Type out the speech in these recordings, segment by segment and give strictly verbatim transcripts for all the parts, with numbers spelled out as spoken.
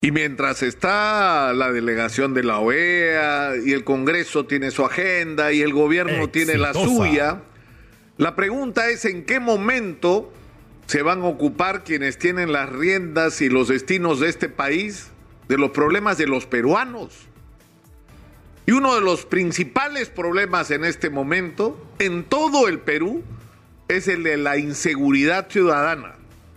Y mientras está la delegación de la O E A y el Congreso tiene su agenda y el gobierno Exitosa. tiene la suya, la pregunta es en qué momento se van a ocupar quienes tienen las riendas y los destinos de este país de los problemas de los peruanos. Y uno de los principales problemas en este momento en todo el Perú es el de la inseguridad ciudadana.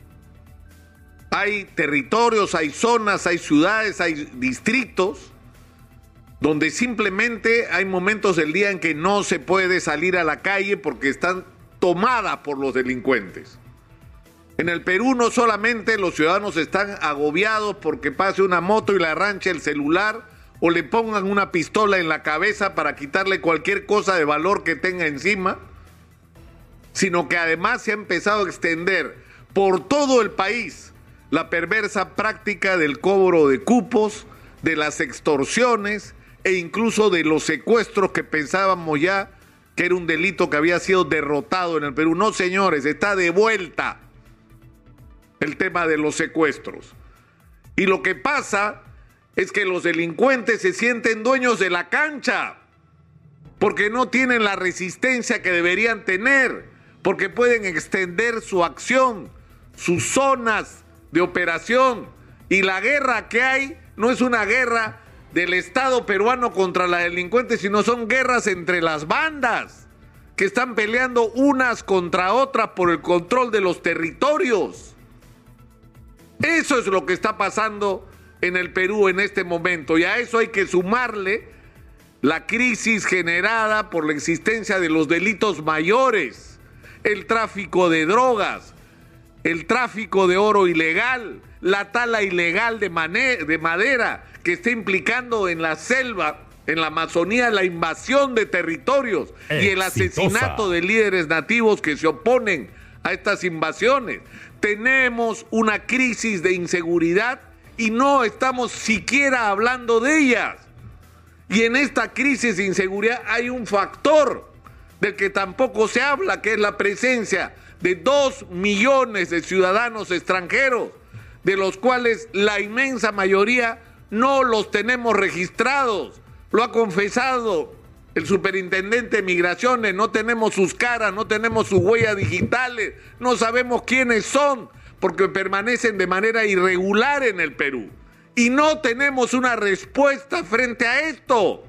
Hay territorios, hay zonas, hay ciudades, hay distritos donde simplemente hay momentos del día en que no se puede salir a la calle porque están tomadas por los delincuentes. En el Perú no solamente los ciudadanos están agobiados porque pase una moto y le arranche el celular o le pongan una pistola en la cabeza para quitarle cualquier cosa de valor que tenga encima, sino que además se ha empezado a extender por todo el país la perversa práctica del cobro de cupos, de las extorsiones e incluso de los secuestros que pensábamos ya que era un delito que había sido derrotado en el Perú. No, señores, está de vuelta el tema de los secuestros. Y lo que pasa es que los delincuentes se sienten dueños de la cancha porque no tienen la resistencia que deberían tener, porque pueden extender su acción, sus zonas de operación, y la guerra que hay no es una guerra del Estado peruano contra la delincuencia, sino son guerras entre las bandas que están peleando unas contra otras por el control de los territorios. Eso es lo que está pasando en el Perú en este momento, y a eso hay que sumarle la crisis generada por la existencia de los delitos mayores, el tráfico de drogas, el tráfico de oro ilegal, la tala ilegal de, de madera que está implicando en la selva, en la Amazonía, la invasión de territorios Exitosa. Y el asesinato de líderes nativos que se oponen a estas invasiones. Tenemos una crisis de inseguridad y no estamos siquiera hablando de ellas. Y en esta crisis de inseguridad hay un factor del que tampoco se habla, que es la presencia de dos millones de ciudadanos extranjeros, de los cuales la inmensa mayoría no los tenemos registrados. Lo ha confesado el superintendente de Migraciones, no tenemos sus caras, no tenemos sus huellas digitales, no sabemos quiénes son, porque permanecen de manera irregular en el Perú. Y no tenemos una respuesta frente a esto.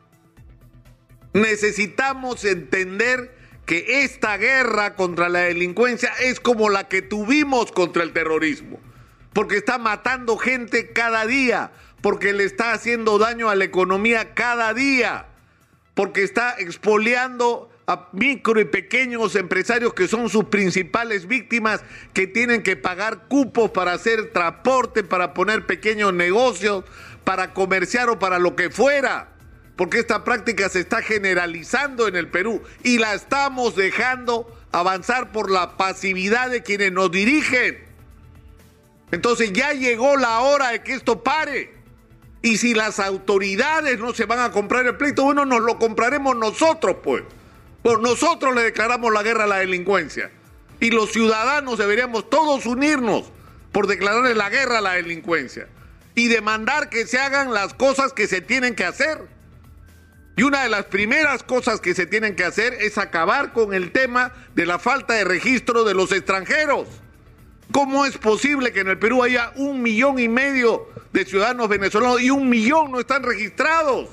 Necesitamos entender que esta guerra contra la delincuencia es como la que tuvimos contra el terrorismo, porque está matando gente cada día, porque le está haciendo daño a la economía cada día, porque está expoliando a micro y pequeños empresarios que son sus principales víctimas, que tienen que pagar cupos para hacer transporte, para poner pequeños negocios, para comerciar o para lo que fuera. Porque esta práctica se está generalizando en el Perú y la estamos dejando avanzar por la pasividad de quienes nos dirigen. Entonces ya llegó la hora de que esto pare. Y si las autoridades no se van a comprar el pleito, bueno, nos lo compraremos nosotros, pues. Pues nosotros le declaramos la guerra a la delincuencia. Y los ciudadanos deberíamos todos unirnos por declararle la guerra a la delincuencia y demandar que se hagan las cosas que se tienen que hacer. Y una de las primeras cosas que se tienen que hacer es acabar con el tema de la falta de registro de los extranjeros. ¿Cómo es posible que en el Perú haya un millón y medio de ciudadanos venezolanos y un millón no están registrados?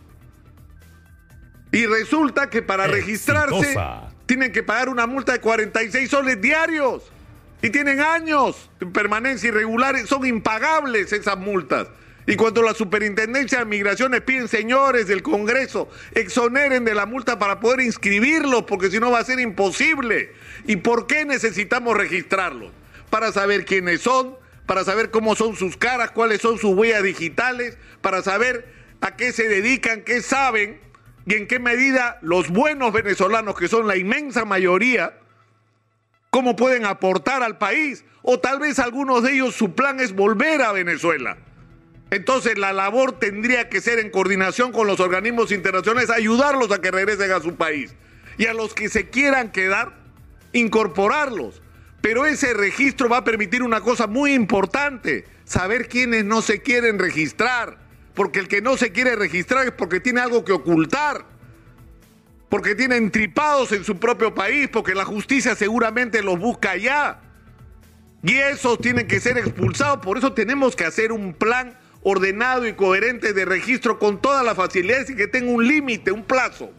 Y resulta que para registrarse Exitosa. tienen que pagar una multa de cuarenta y seis soles diarios. Y tienen años de permanencia irregular, son impagables esas multas. Y cuando la Superintendencia de Migraciones piden, señores del Congreso, exoneren de la multa para poder inscribirlos, porque si no va a ser imposible. ¿Y por qué necesitamos registrarlos? Para saber quiénes son, para saber cómo son sus caras, cuáles son sus huellas digitales, para saber a qué se dedican, qué saben y en qué medida los buenos venezolanos, que son la inmensa mayoría, cómo pueden aportar al país. O tal vez algunos de ellos su plan es volver a Venezuela. Entonces la labor tendría que ser en coordinación con los organismos internacionales, ayudarlos a que regresen a su país. Y a los que se quieran quedar, incorporarlos. Pero ese registro va a permitir una cosa muy importante, saber quiénes no se quieren registrar, porque el que no se quiere registrar es porque tiene algo que ocultar, porque tiene entripados en su propio país, porque la justicia seguramente los busca allá, y esos tienen que ser expulsados. Por eso tenemos que hacer un plan ordenado y coherente de registro con todas las facilidades y que tenga un límite, un plazo.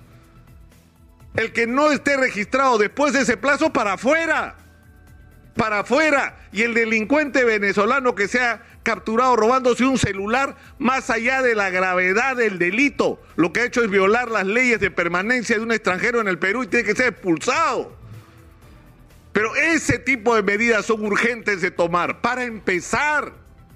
El que no esté registrado después de ese plazo, para afuera, para afuera. Y el delincuente venezolano que sea capturado robándose un celular, más allá de la gravedad del delito, lo que ha hecho es violar las leyes de permanencia de un extranjero en el Perú y tiene que ser expulsado. Pero ese tipo de medidas son urgentes de tomar. Para empezar,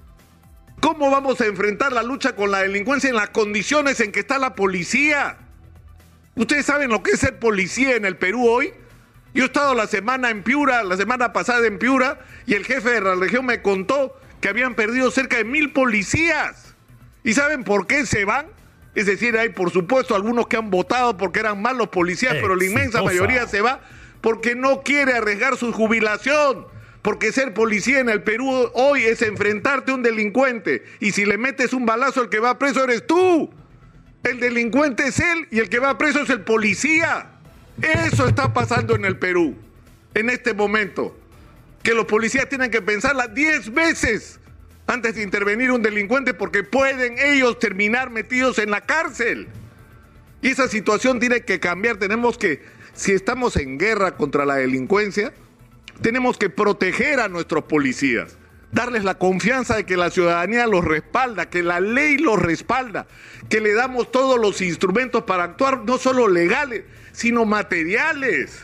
¿cómo vamos a enfrentar la lucha con la delincuencia en las condiciones en que está la policía? ¿Ustedes saben lo que es ser policía en el Perú hoy? Yo he estado la semana en Piura, la semana pasada en Piura, y el jefe de la región me contó que habían perdido cerca de mil policías. ¿Y saben por qué se van? Es decir, hay por supuesto algunos que han votado porque eran malos policías, pero la inmensa mayoría se va porque no quiere arriesgar su jubilación. Porque ser policía en el Perú hoy es enfrentarte a un delincuente. Y si le metes un balazo, el que va preso eres tú. El delincuente es él y el que va preso es el policía. Eso está pasando en el Perú en este momento. Que los policías tienen que pensarla diez veces antes de intervenir un delincuente porque pueden ellos terminar metidos en la cárcel. Y esa situación tiene que cambiar. Tenemos que, si estamos en guerra contra la delincuencia, tenemos que proteger a nuestros policías, darles la confianza de que la ciudadanía los respalda, que la ley los respalda, que le damos todos los instrumentos para actuar, no solo legales, sino materiales.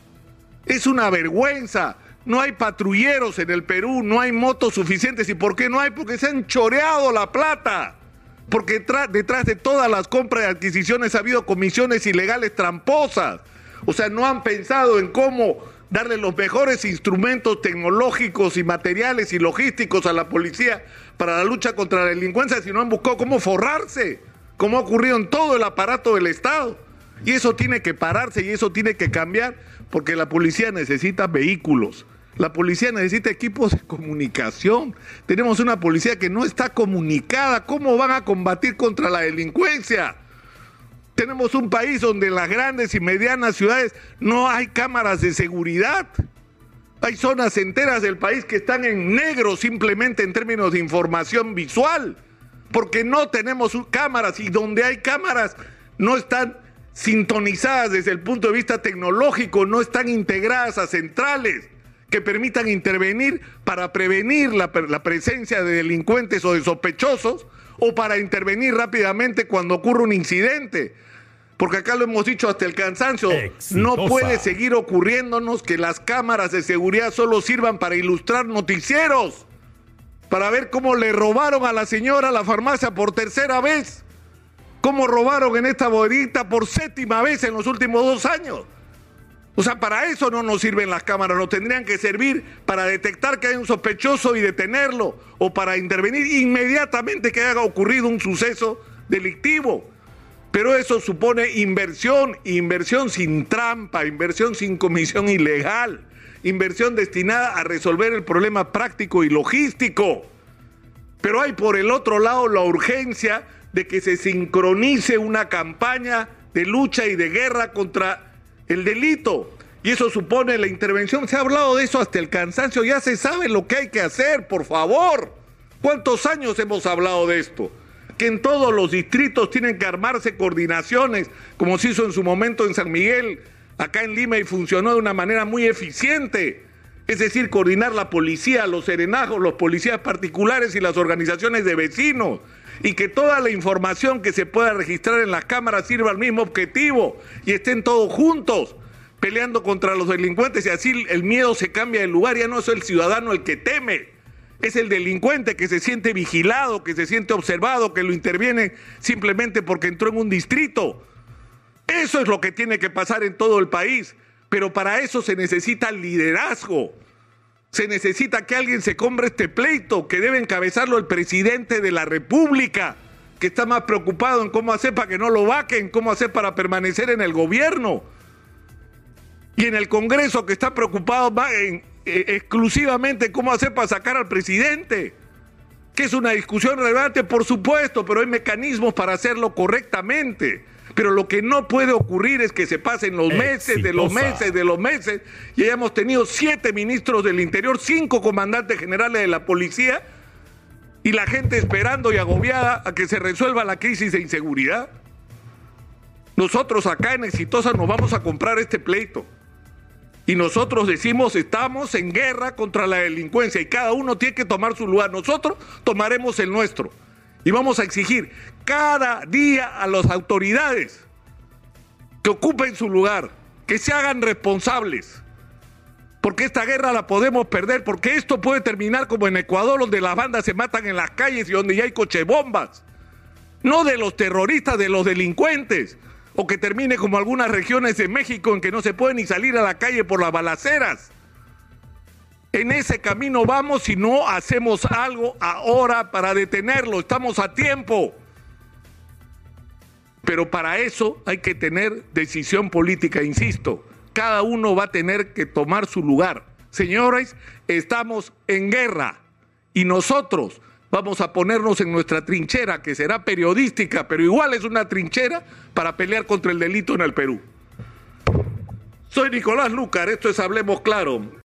Es una vergüenza. No hay patrulleros en el Perú, no hay motos suficientes. ¿Y por qué no hay? Porque se han choreado la plata. Porque detrás de todas las compras y adquisiciones ha habido comisiones ilegales tramposas. O sea, no han pensado en cómo darle los mejores instrumentos tecnológicos y materiales y logísticos a la policía para la lucha contra la delincuencia, sino han buscado cómo forrarse, como ha ocurrido en todo el aparato del Estado. Y eso tiene que pararse y eso tiene que cambiar, porque la policía necesita vehículos, la policía necesita equipos de comunicación. Tenemos una policía que no está comunicada. ¿Cómo van a combatir contra la delincuencia? Tenemos un país donde en las grandes y medianas ciudades no hay cámaras de seguridad. Hay zonas enteras del país que están en negro simplemente en términos de información visual, porque no tenemos cámaras, y donde hay cámaras no están sintonizadas desde el punto de vista tecnológico, no están integradas a centrales que permitan intervenir para prevenir la, la presencia de delincuentes o de sospechosos, o para intervenir rápidamente cuando ocurre un incidente. Porque acá lo hemos dicho hasta el cansancio, exitosa. No puede seguir ocurriéndonos que las cámaras de seguridad solo sirvan para ilustrar noticieros, para ver cómo le robaron a la señora a la farmacia por tercera vez, cómo robaron en esta bodeguita por séptima vez en los últimos dos años. O sea, para eso no nos sirven las cámaras, nos tendrían que servir para detectar que hay un sospechoso y detenerlo, o para intervenir inmediatamente que haya ocurrido un suceso delictivo. Pero eso supone inversión, inversión sin trampa, inversión sin comisión ilegal, inversión destinada a resolver el problema práctico y logístico. Pero hay por el otro lado la urgencia de que se sincronice una campaña de lucha y de guerra contra el delito, y eso supone la intervención. Se ha hablado de eso hasta el cansancio, ya se sabe lo que hay que hacer, por favor. ¿Cuántos años hemos hablado de esto? Que en todos los distritos tienen que armarse coordinaciones, como se hizo en su momento en San Miguel, acá en Lima, y funcionó de una manera muy eficiente. Es decir, coordinar la policía, los serenazgos, los policías particulares y las organizaciones de vecinos, y que toda la información que se pueda registrar en las cámaras sirva al mismo objetivo y estén todos juntos peleando contra los delincuentes, y así el miedo se cambia de lugar. Ya no es el ciudadano el que teme, es el delincuente que se siente vigilado, que se siente observado, que lo interviene simplemente porque entró en un distrito. Eso es lo que tiene que pasar en todo el país, pero para eso se necesita liderazgo. Se necesita que alguien se compre este pleito, que debe encabezarlo el presidente de la República, que está más preocupado en cómo hacer para que no lo vaquen, cómo hacer para permanecer en el gobierno. Y en el Congreso, que está preocupado en eh, exclusivamente cómo hacer para sacar al presidente. Que es una discusión relevante, por supuesto, pero hay mecanismos para hacerlo correctamente. Pero lo que no puede ocurrir es que se pasen los meses, Exitosa. de los meses, de los meses, y hayamos tenido siete ministros del Interior, cinco comandantes generales de la policía, y la gente esperando y agobiada a que se resuelva la crisis de inseguridad. Nosotros acá en Exitosa nos vamos a comprar este pleito. Y nosotros decimos, estamos en guerra contra la delincuencia y cada uno tiene que tomar su lugar. Nosotros tomaremos el nuestro. Y vamos a exigir cada día a las autoridades que ocupen su lugar, que se hagan responsables. Porque esta guerra la podemos perder, porque esto puede terminar como en Ecuador, donde las bandas se matan en las calles y donde ya hay cochebombas. No de los terroristas, de los delincuentes. O que termine como algunas regiones de México en que no se puede ni salir a la calle por las balaceras. En ese camino vamos si no hacemos algo ahora para detenerlo. Estamos a tiempo. Pero para eso hay que tener decisión política, insisto. Cada uno va a tener que tomar su lugar. Señores, estamos en guerra y nosotros vamos a ponernos en nuestra trinchera, que será periodística, pero igual es una trinchera para pelear contra el delito en el Perú. Soy Nicolás Lucar, esto es Hablemos Claro.